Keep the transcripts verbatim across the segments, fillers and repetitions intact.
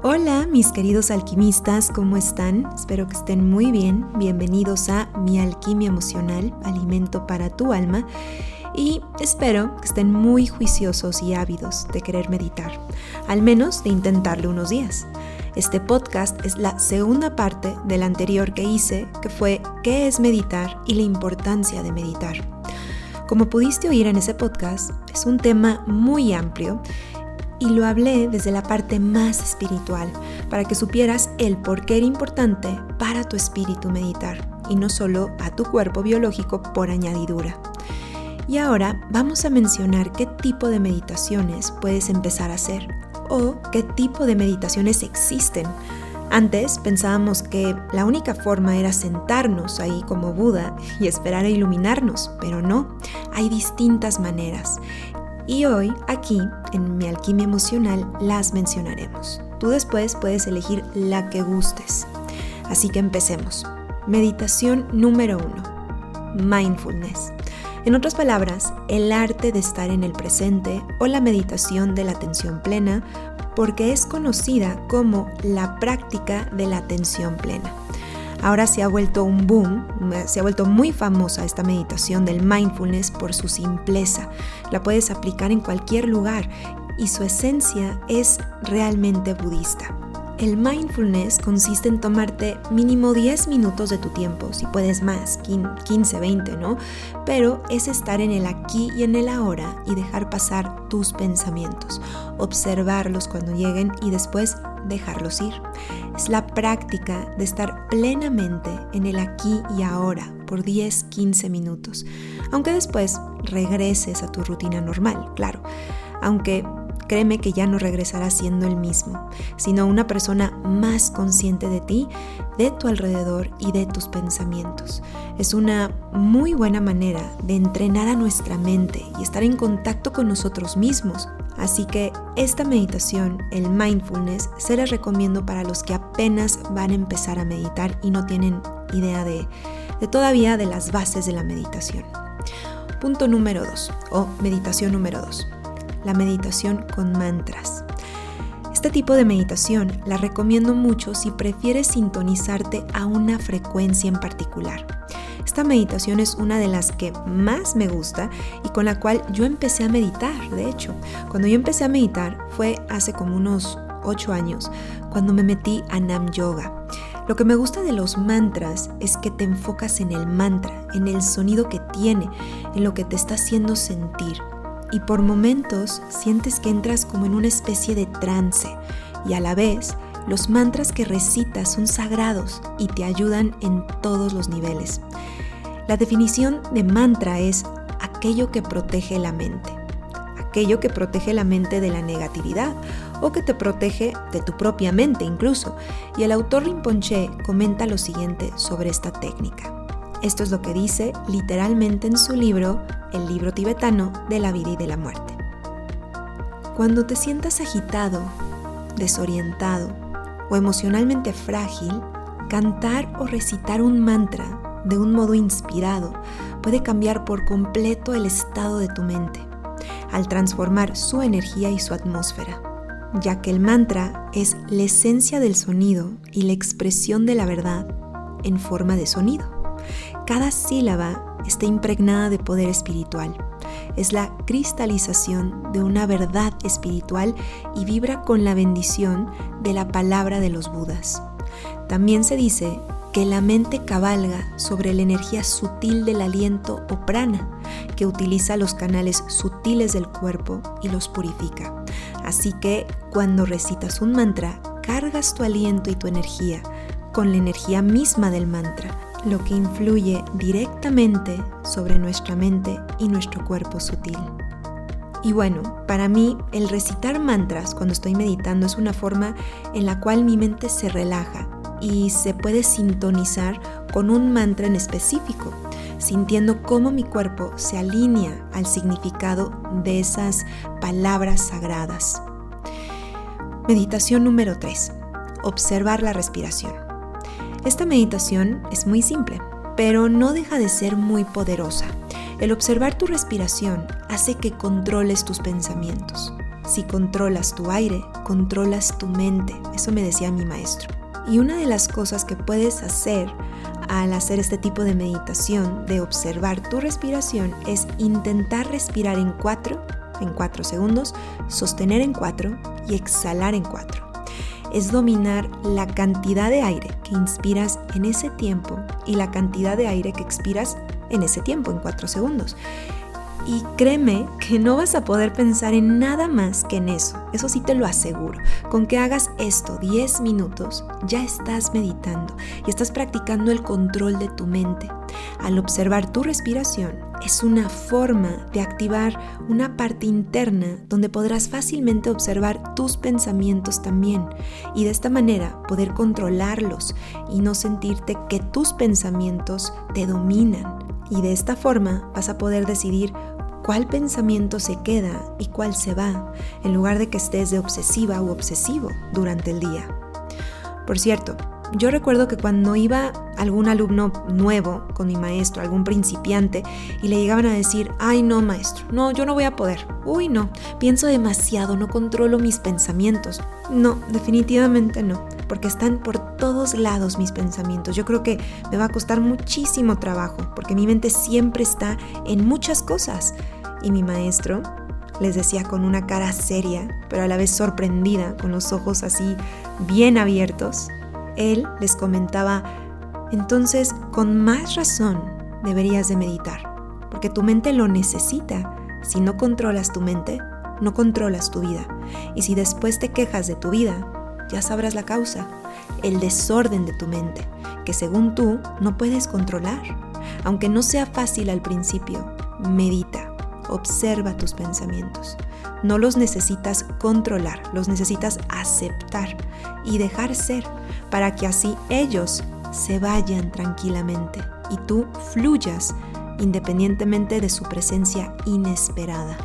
Hola mis queridos alquimistas, ¿cómo están? Espero que estén muy bien. Bienvenidos a Mi Alquimia Emocional, alimento para tu alma. Y espero que estén muy juiciosos y ávidos de querer meditar, al menos de intentarlo unos días. Este podcast es la segunda parte del anterior que hice, que fue ¿qué es meditar? Y la importancia de meditar. Como pudiste oír en ese podcast, es un tema muy amplio y lo hablé desde la parte más espiritual, para que supieras el por qué era importante para tu espíritu meditar, y no solo a tu cuerpo biológico por añadidura. Y ahora vamos a mencionar qué tipo de meditaciones puedes empezar a hacer, o qué tipo de meditaciones existen. Antes pensábamos que la única forma era sentarnos ahí como Buda y esperar a iluminarnos, pero no, hay distintas maneras. Y hoy, aquí, en Mi Alquimia Emocional, las mencionaremos. Tú después puedes elegir la que gustes. Así que empecemos. Meditación número uno. Mindfulness. En otras palabras, el arte de estar en el presente o la meditación de la atención plena, porque es conocida como la práctica de la atención plena. Ahora se ha vuelto un boom, se ha vuelto muy famosa esta meditación del mindfulness por su simpleza. La puedes aplicar en cualquier lugar y su esencia es realmente budista. El mindfulness consiste en tomarte mínimo diez minutos de tu tiempo, si puedes más, quince, veinte, ¿no? Pero es estar en el aquí y en el ahora y dejar pasar tus pensamientos, observarlos cuando lleguen y después dejarlos ir. Es la práctica de estar plenamente en el aquí y ahora por diez, quince minutos, aunque después regreses a tu rutina normal, claro, aunque créeme que ya no regresarás siendo el mismo, sino una persona más consciente de ti, de tu alrededor y de tus pensamientos. Es una muy buena manera de entrenar a nuestra mente y estar en contacto con nosotros mismos. Así que esta meditación, el mindfulness, se las recomiendo para los que apenas van a empezar a meditar y no tienen idea de, de todavía de las bases de la meditación. Punto número dos, o meditación número dos. La meditación con mantras. Este tipo de meditación la recomiendo mucho si prefieres sintonizarte a una frecuencia en particular. Esta meditación es una de las que más me gusta y con la cual yo empecé a meditar, de hecho. Cuando yo empecé a meditar fue hace como unos ocho años, cuando me metí a Nam Yoga. Lo que me gusta de los mantras es que te enfocas en el mantra, en el sonido que tiene, en lo que te está haciendo sentir. Y por momentos sientes que entras como en una especie de trance y a la vez los mantras que recitas son sagrados y te ayudan en todos los niveles. La definición de mantra es aquello que protege la mente, aquello que protege la mente de la negatividad o que te protege de tu propia mente incluso. Y el autor Rinpoche comenta lo siguiente sobre esta técnica. Esto es lo que dice literalmente en su libro, el libro tibetano de la vida y de la muerte. Cuando te sientas agitado, desorientado o emocionalmente frágil, cantar o recitar un mantra de un modo inspirado puede cambiar por completo el estado de tu mente, al transformar su energía y su atmósfera, ya que el mantra es la esencia del sonido y la expresión de la verdad en forma de sonido. Cada sílaba está impregnada de poder espiritual. Es la cristalización de una verdad espiritual y vibra con la bendición de la palabra de los Budas. También se dice que la mente cabalga sobre la energía sutil del aliento o prana, que utiliza los canales sutiles del cuerpo y los purifica. Así que cuando recitas un mantra, cargas tu aliento y tu energía con la energía misma del mantra, lo que influye directamente sobre nuestra mente y nuestro cuerpo sutil. Y bueno, para mí el recitar mantras cuando estoy meditando es una forma en la cual mi mente se relaja y se puede sintonizar con un mantra en específico, sintiendo cómo mi cuerpo se alinea al significado de esas palabras sagradas. Meditación número tres. Observar la respiración. Esta meditación es muy simple, pero no deja de ser muy poderosa. El observar tu respiración hace que controles tus pensamientos. si controlas tu aire, controlas tu mente. Eso me decía mi maestro. Y una de las cosas que puedes hacer al hacer este tipo de meditación, de observar tu respiración, es intentar respirar en cuatro, en cuatro segundos, sostener en cuatro y exhalar en cuatro. Es dominar la cantidad de aire que inspiras en ese tiempo y la cantidad de aire que expiras en ese tiempo, en cuatro segundos. Y créeme que no vas a poder pensar en nada más que en eso. Eso sí te lo aseguro. Con que hagas esto diez minutos, ya estás meditando y estás practicando el control de tu mente. Al observar tu respiración, es una forma de activar una parte interna donde podrás fácilmente observar tus pensamientos también. Y de esta manera poder controlarlos y no sentirte que tus pensamientos te dominan. Y de esta forma vas a poder decidir cuál pensamiento se queda y cuál se va, en lugar de que estés de obsesiva u obsesivo durante el día. Por cierto, yo recuerdo que cuando iba algún alumno nuevo con mi maestro, algún principiante, y le llegaban a decir, ay no maestro, no, yo no voy a poder, uy no, pienso demasiado, no controlo mis pensamientos. No, definitivamente no, porque están por todos lados mis pensamientos. Yo creo que me va a costar muchísimo trabajo, porque mi mente siempre está en muchas cosas. Y mi maestro les decía con una cara seria, pero a la vez sorprendida, con los ojos así bien abiertos, él les comentaba, entonces con más razón deberías de meditar, porque tu mente lo necesita. Si no controlas tu mente, no controlas tu vida. Y si después te quejas de tu vida, ya sabrás la causa, el desorden de tu mente, que según tú no puedes controlar. Aunque no sea fácil al principio, medita, observa tus pensamientos. No los necesitas controlar, los necesitas aceptar y dejar ser, para que así ellos se vayan tranquilamente y tú fluyas independientemente de su presencia inesperada.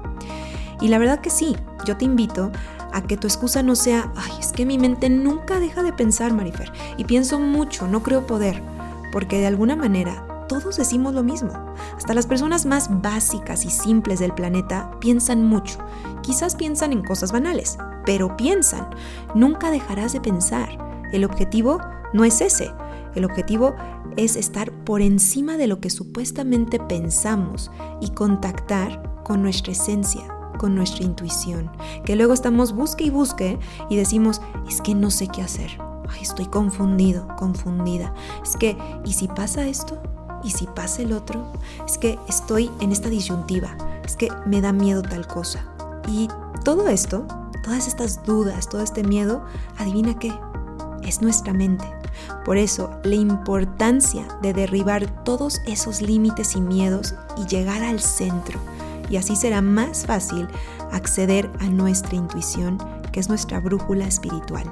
Y la verdad que sí, yo te invito a que tu excusa no sea, ay, es que mi mente nunca deja de pensar, Marifer, y pienso mucho, no creo poder, porque de alguna manera todos decimos lo mismo. Hasta las personas más básicas y simples del planeta piensan mucho. Quizás piensan en cosas banales, pero piensan. Nunca dejarás de pensar. El objetivo no es ese. El objetivo es estar por encima de lo que supuestamente pensamos y contactar con nuestra esencia, con nuestra intuición, que luego estamos busque y busque y decimos, es que no sé qué hacer. Ay, estoy confundido, confundida. Es que, ¿y si pasa esto? ¿Y si pasa el otro? Es que estoy en esta disyuntiva. Es que me da miedo tal cosa. Y todo esto, todas estas dudas, todo este miedo, ¿adivina qué? Es nuestra mente. Por eso, la importancia de derribar todos esos límites y miedos y llegar al centro. Y así será más fácil acceder a nuestra intuición, que es nuestra brújula espiritual.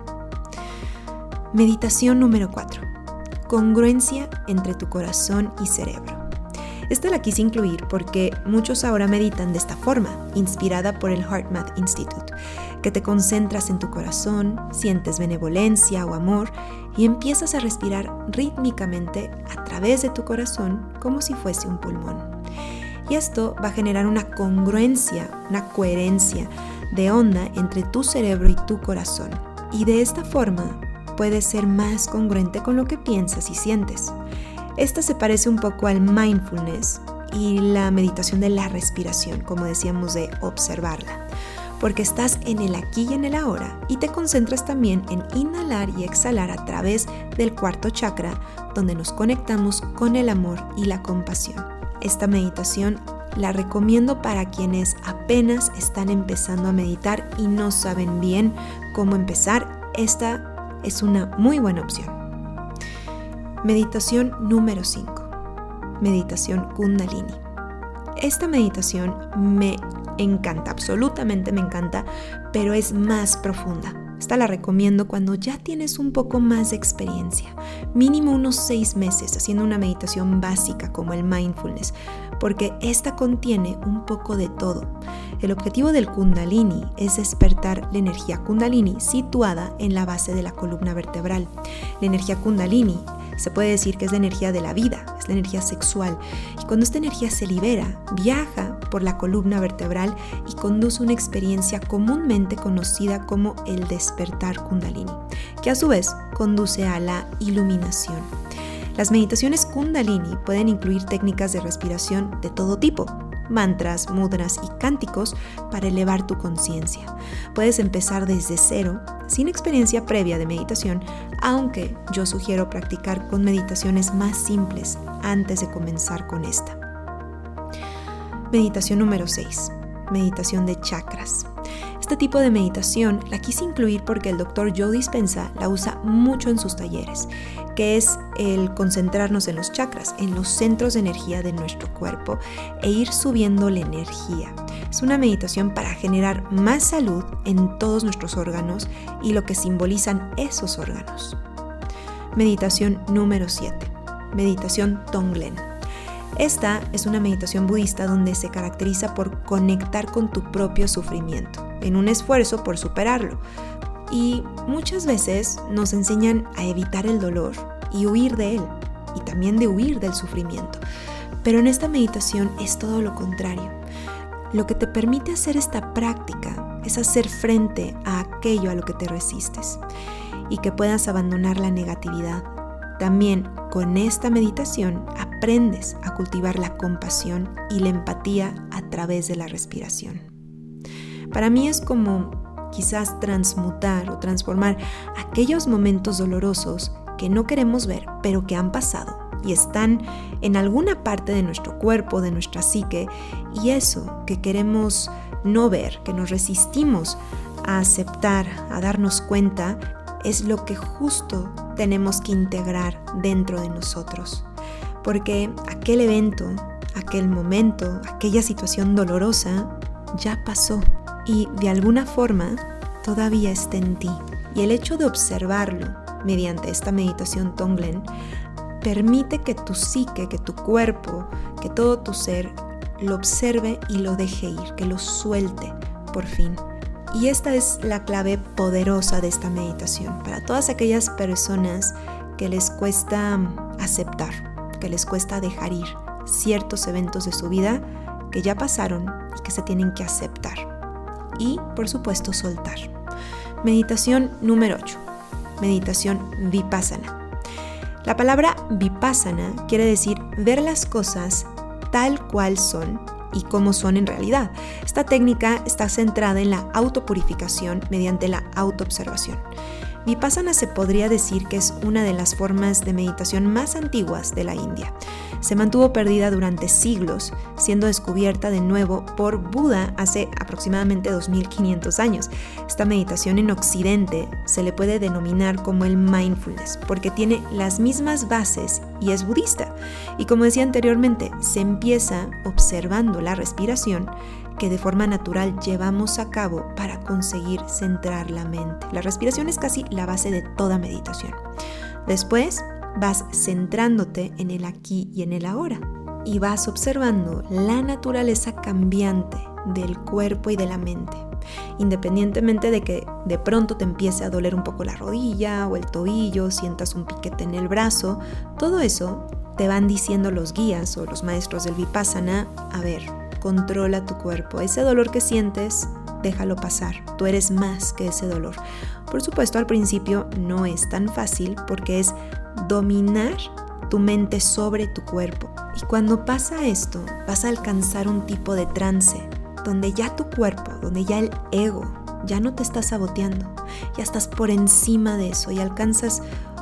Meditación número cuatro. Congruencia entre tu corazón y cerebro. Esta la quise incluir porque muchos ahora meditan de esta forma, inspirada por el HeartMath Institute, que te concentras en tu corazón, sientes benevolencia o amor y empiezas a respirar rítmicamente a través de tu corazón como si fuese un pulmón. Y esto va a generar una congruencia, una coherencia de onda entre tu cerebro y tu corazón. Y de esta forma puedes ser más congruente con lo que piensas y sientes. Esta se parece un poco al mindfulness y la meditación de la respiración, como decíamos, de observarla, porque estás en el aquí y en el ahora y te concentras también en inhalar y exhalar a través del cuarto chakra, donde nos conectamos con el amor y la compasión. Esta meditación la recomiendo para quienes apenas están empezando a meditar y no saben bien cómo empezar. Esta es una muy buena opción. Meditación número cinco. Meditación Kundalini. Esta meditación me encanta, absolutamente me encanta, pero es más profunda. Esta la recomiendo cuando ya tienes un poco más de experiencia, mínimo unos seis meses haciendo una meditación básica como el mindfulness, porque esta contiene un poco de todo. El objetivo del Kundalini es despertar la energía Kundalini situada en la base de la columna vertebral. La energía Kundalini Se puede decir que es la energía de la vida, es la energía sexual. Y cuando esta energía se libera, viaja por la columna vertebral y conduce una experiencia comúnmente conocida como el despertar Kundalini, que a su vez conduce a la iluminación. Las meditaciones Kundalini pueden incluir técnicas de respiración de todo tipo, mantras, mudras y cánticos para elevar tu conciencia. Puedes empezar desde cero, sin experiencia previa de meditación, aunque yo sugiero practicar con meditaciones más simples antes de comenzar con esta. Meditación número seis. Meditación de chakras. Este tipo de meditación la quise incluir porque el doctor Joe Dispenza la usa mucho en sus talleres, que es el concentrarnos en los chakras, en los centros de energía de nuestro cuerpo e ir subiendo la energía. Es una meditación para generar más salud en todos nuestros órganos y lo que simbolizan esos órganos. Meditación número siete. Meditación Tonglen. Esta es una meditación budista donde se caracteriza por conectar con tu propio sufrimiento, en un esfuerzo por superarlo. Y muchas veces nos enseñan a evitar el dolor y huir de él, y también de huir del sufrimiento. Pero en esta meditación es todo lo contrario. Lo que te permite hacer esta práctica es hacer frente a aquello a lo que te resistes y que puedas abandonar la negatividad. También con esta meditación aprendes a cultivar la compasión y la empatía a través de la respiración. Para mí es como quizás transmutar o transformar aquellos momentos dolorosos que no queremos ver, pero que han pasado y están en alguna parte de nuestro cuerpo, de nuestra psique, y eso que queremos no ver, que nos resistimos a aceptar, a darnos cuenta, es lo que justo tenemos que integrar dentro de nosotros. Porque aquel evento, aquel momento, aquella situación dolorosa ya pasó y de alguna forma todavía está en ti. Y el hecho de observarlo mediante esta meditación Tonglen permite que tu psique, que tu cuerpo, que todo tu ser lo observe y lo deje ir, que lo suelte por fin. Y esta es la clave poderosa de esta meditación para todas aquellas personas que les cuesta aceptar, que les cuesta dejar ir ciertos eventos de su vida que ya pasaron y que se tienen que aceptar. Y, por supuesto, soltar. Meditación número ocho. Meditación Vipassana. La palabra Vipassana quiere decir ver las cosas tal cual son y cómo son en realidad. Esta técnica está centrada en la autopurificación mediante la autoobservación. Vipassana se podría decir que es una de las formas de meditación más antiguas de la India. Se mantuvo perdida durante siglos, siendo descubierta de nuevo por Buda hace aproximadamente dos mil quinientos años. Esta meditación en Occidente se le puede denominar como el mindfulness, porque tiene las mismas bases y es budista. Y como decía anteriormente, se empieza observando la respiración que de forma natural llevamos a cabo para conseguir centrar la mente. La respiración es casi la base de toda meditación. Después vas centrándote en el aquí y en el ahora y vas observando la naturaleza cambiante del cuerpo y de la mente. Independientemente de que de pronto te empiece a doler un poco la rodilla o el tobillo, sientas un piquete en el brazo, todo eso te van diciendo los guías o los maestros del Vipassana: a ver, controla tu cuerpo, ese dolor que sientes, déjalo pasar, tú eres más que ese dolor. Por supuesto, al principio no es tan fácil porque es dominar tu mente sobre tu cuerpo. Y cuando pasa esto, vas a alcanzar un tipo de trance donde ya tu cuerpo, donde ya el ego ya no te está saboteando, ya estás por encima de eso y alcanzas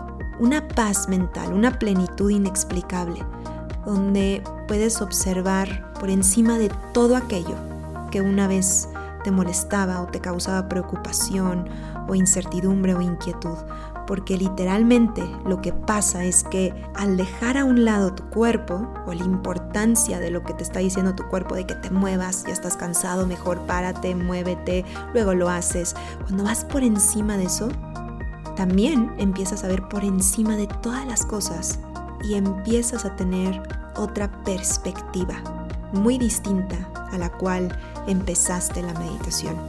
una paz mental, una plenitud inexplicable, donde puedes observar por encima de todo aquello que una vez te molestaba o te causaba preocupación o incertidumbre o inquietud, porque literalmente lo que pasa es que al dejar a un lado tu cuerpo o la importancia de lo que te está diciendo tu cuerpo, de que te muevas, ya estás cansado, mejor párate, muévete, luego lo haces. Cuando vas por encima de eso, también empiezas a ver por encima de todas las cosas y empiezas a tener otra perspectiva muy distinta a la cual empezaste la meditación.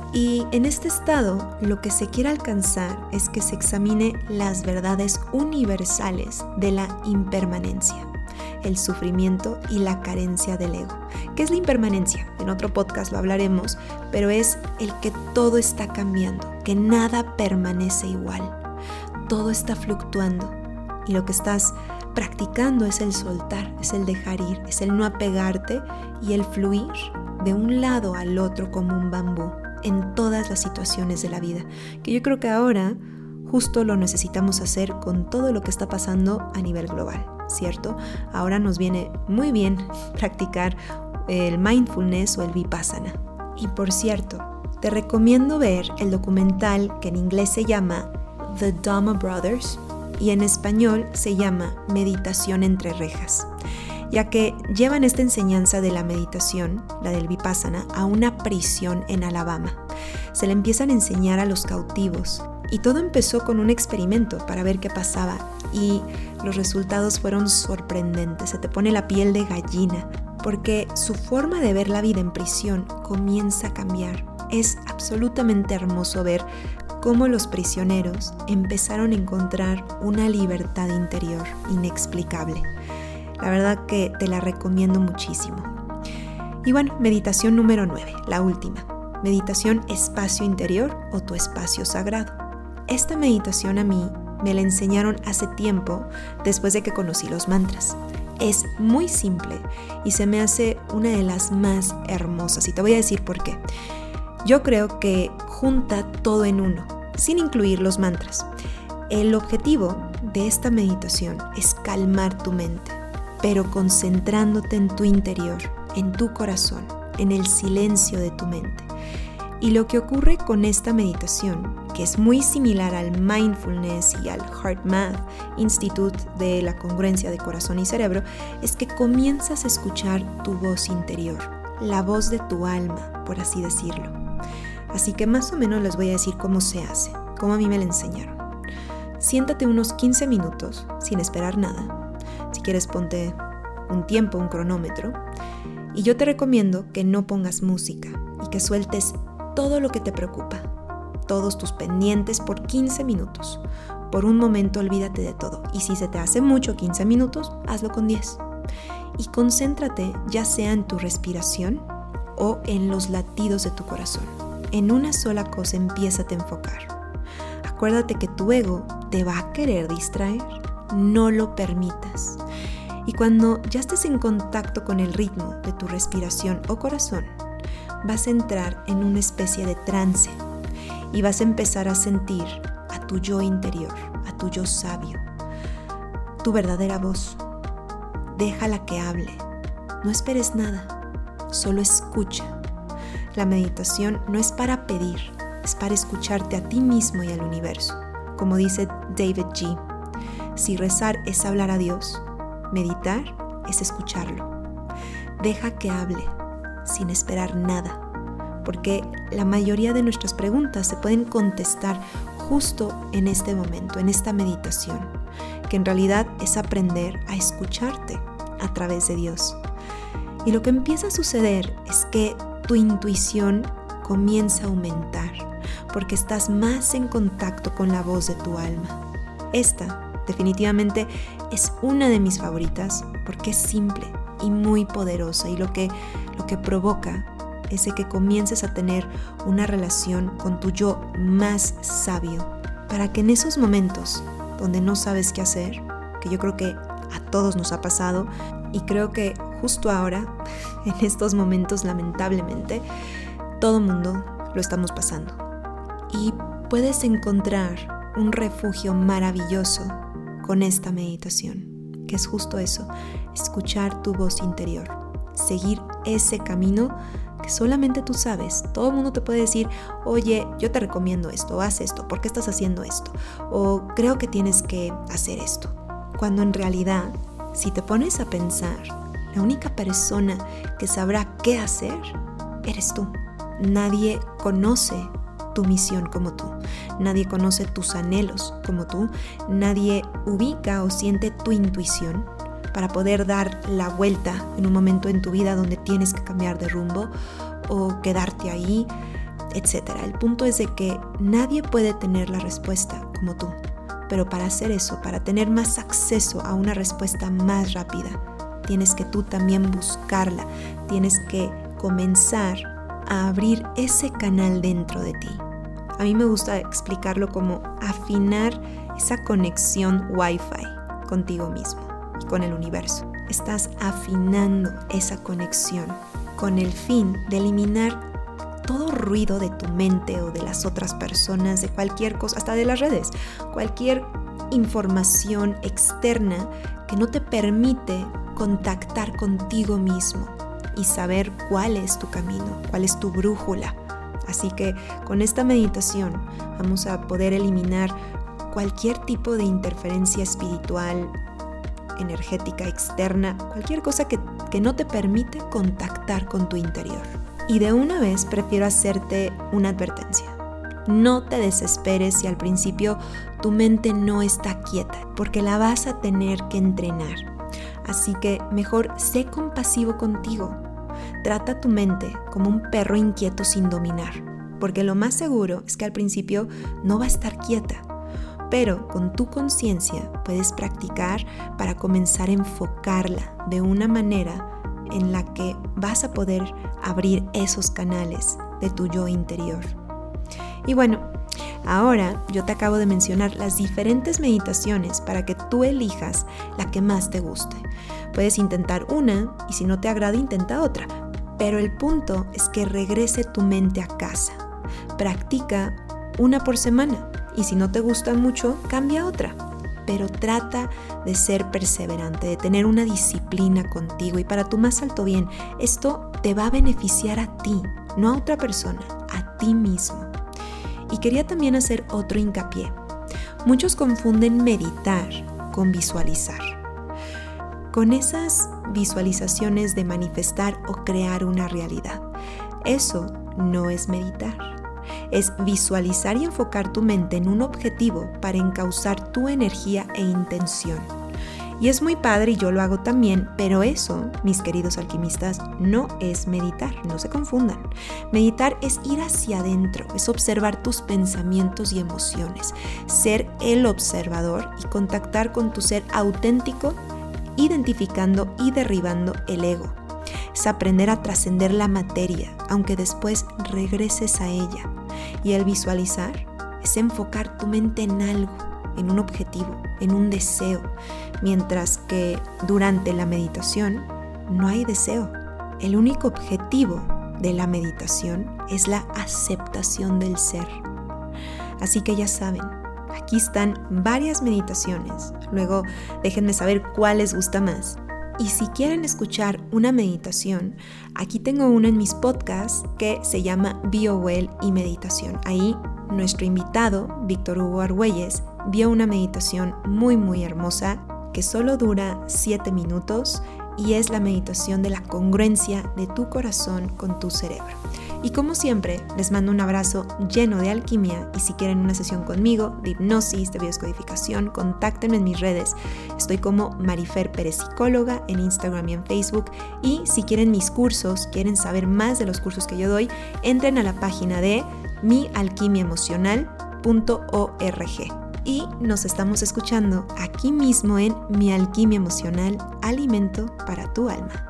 Y en este estado lo que se quiere alcanzar es que se examine las verdades universales de la impermanencia, el sufrimiento y la carencia del ego. ¿Qué es la impermanencia? En otro podcast lo hablaremos, pero es el que todo está cambiando, que nada permanece igual, todo está fluctuando y lo que estás practicando es el soltar, es el dejar ir, es el no apegarte y el fluir de un lado al otro como un bambú en todas las situaciones de la vida, que yo creo que ahora justo lo necesitamos hacer con todo lo que está pasando a nivel global, ¿cierto? Ahora nos viene muy bien practicar el mindfulness o el vipassana. Y por cierto, te recomiendo ver el documental que en inglés se llama The Dharma Brothers y en español se llama Meditación entre rejas, ya que llevan esta enseñanza de la meditación, la del vipassana, a una prisión en Alabama. Se le empiezan a enseñar a los cautivos y todo empezó con un experimento para ver qué pasaba y los resultados fueron sorprendentes. Se te pone la piel de gallina porque su forma de ver la vida en prisión comienza a cambiar. Es absolutamente hermoso ver cómo los prisioneros empezaron a encontrar una libertad interior inexplicable. La verdad que te la recomiendo muchísimo. Y bueno, meditación número nueve, la última. Meditación espacio interior o tu espacio sagrado. Esta meditación a mí me la enseñaron hace tiempo después de que conocí los mantras. Es muy simple y se me hace una de las más hermosas y te voy a decir por qué. Yo creo que junta todo en uno, sin incluir los mantras. El objetivo de esta meditación es calmar tu mente, pero concentrándote en tu interior, en tu corazón, en el silencio de tu mente. Y lo que ocurre con esta meditación, que es muy similar al Mindfulness y al HeartMath Institute de la congruencia de corazón y cerebro, es que comienzas a escuchar tu voz interior, la voz de tu alma, por así decirlo. Así que más o menos les voy a decir cómo se hace, cómo a mí me la enseñaron. Siéntate unos quince minutos sin esperar nada. Si quieres ponte un tiempo, un cronómetro. Y yo te recomiendo que no pongas música y que sueltes todo lo que te preocupa, todos tus pendientes por quince minutos. Por un momento olvídate de todo. Y si se te hace mucho quince minutos, hazlo con diez. Y concéntrate ya sea en tu respiración o en los latidos de tu corazón. En una sola cosa empiézate a enfocar. Acuérdate que tu ego te va a querer distraer. No lo permitas. Y cuando ya estés en contacto con el ritmo de tu respiración o corazón, vas a entrar en una especie de trance y vas a empezar a sentir a tu yo interior, a tu yo sabio, tu verdadera voz. Déjala que hable. No esperes nada, solo escucha. La meditación no es para pedir, es para escucharte a ti mismo y al universo. Como dice David G., si rezar es hablar a Dios, meditar es escucharlo. Deja que hable, sin esperar nada, porque la mayoría de nuestras preguntas se pueden contestar justo en este momento, en esta meditación, que en realidad es aprender a escucharte a través de Dios. Y lo que empieza a suceder es que tu intuición comienza a aumentar, porque estás más en contacto con la voz de tu alma. Esta definitivamente es una de mis favoritas porque es simple y muy poderosa y lo que, lo que provoca es de que comiences a tener una relación con tu yo más sabio para que en esos momentos donde no sabes qué hacer, que yo creo que a todos nos ha pasado y creo que justo ahora, en estos momentos lamentablemente, todo mundo lo estamos pasando y puedes encontrar un refugio maravilloso con esta meditación, que es justo eso, escuchar tu voz interior, seguir ese camino que solamente tú sabes. Todo el mundo te puede decir, oye, yo te recomiendo esto, haz esto, ¿por qué estás haciendo esto? O creo que tienes que hacer esto. Cuando en realidad, si te pones a pensar, la única persona que sabrá qué hacer, eres tú. Nadie conoce tu misión como tú. Nadie conoce tus anhelos como tú. Nadie ubica o siente tu intuición para poder dar la vuelta en un momento en tu vida donde tienes que cambiar de rumbo o quedarte ahí. etcétera. El punto es de que nadie puede tener la respuesta como tú. Pero para hacer eso, para tener más acceso a una respuesta más rápida, tienes que tú también buscarla. Tienes que comenzar a abrir ese canal dentro de ti. A mí me gusta explicarlo como afinar esa conexión Wi-Fi contigo mismo y con el universo. Estás afinando esa conexión con el fin de eliminar todo ruido de tu mente o de las otras personas, de cualquier cosa, hasta de las redes, cualquier información externa que no te permite contactar contigo mismo y saber cuál es tu camino, cuál es tu brújula. Así que con esta meditación vamos a poder eliminar cualquier tipo de interferencia espiritual, energética, externa, cualquier cosa que, que no te permite contactar con tu interior. Y de una vez prefiero hacerte una advertencia. No te desesperes si al principio tu mente no está quieta, porque la vas a tener que entrenar. Así que mejor sé compasivo contigo. Trata tu mente como un perro inquieto sin dominar, porque lo más seguro es que al principio no va a estar quieta. Pero con tu conciencia puedes practicar para comenzar a enfocarla de una manera en la que vas a poder abrir esos canales de tu yo interior. Y bueno, ahora yo te acabo de mencionar las diferentes meditaciones para que tú elijas la que más te guste. Puedes intentar una y si no te agrada, intenta otra. Pero el punto es que regrese tu mente a casa. Practica una por semana y si no te gusta mucho, cambia otra. Pero trata de ser perseverante, de tener una disciplina contigo y para tu más alto bien. Esto te va a beneficiar a ti, no a otra persona, a ti mismo. Y quería también hacer otro hincapié. Muchos confunden meditar con visualizar. Con esas visualizaciones de manifestar o crear una realidad. Eso no es meditar. Es visualizar y enfocar tu mente en un objetivo para encauzar tu energía e intención. Y es muy padre y yo lo hago también, pero eso, mis queridos alquimistas, no es meditar, no se confundan. Meditar es ir hacia adentro, es observar tus pensamientos y emociones, ser el observador y contactar con tu ser auténtico, identificando y derribando el ego. Es aprender a trascender la materia, aunque después regreses a ella. Y el visualizar es enfocar tu mente en algo, en un objetivo, en un deseo, mientras que durante la meditación no hay deseo. El único objetivo de la meditación es la aceptación del ser. Así que ya saben, aquí están varias meditaciones. Luego déjenme saber cuál les gusta más. Y si quieren escuchar una meditación, aquí tengo una en mis podcasts que se llama BioWell y Meditación. Ahí nuestro invitado, Víctor Hugo Argüelles, dio una meditación muy muy hermosa que solo dura siete minutos y es la meditación de la congruencia de tu corazón con tu cerebro. Y como siempre, les mando un abrazo lleno de alquimia y si quieren una sesión conmigo de hipnosis, de biodescodificación, contáctenme en mis redes. Estoy como Marifer Pérez Psicóloga en Instagram y en Facebook y si quieren mis cursos, quieren saber más de los cursos que yo doy, entren a la página de mi alquimia emocional punto org. Y nos estamos escuchando aquí mismo en Mi Alquimia Emocional, Alimento para tu Alma.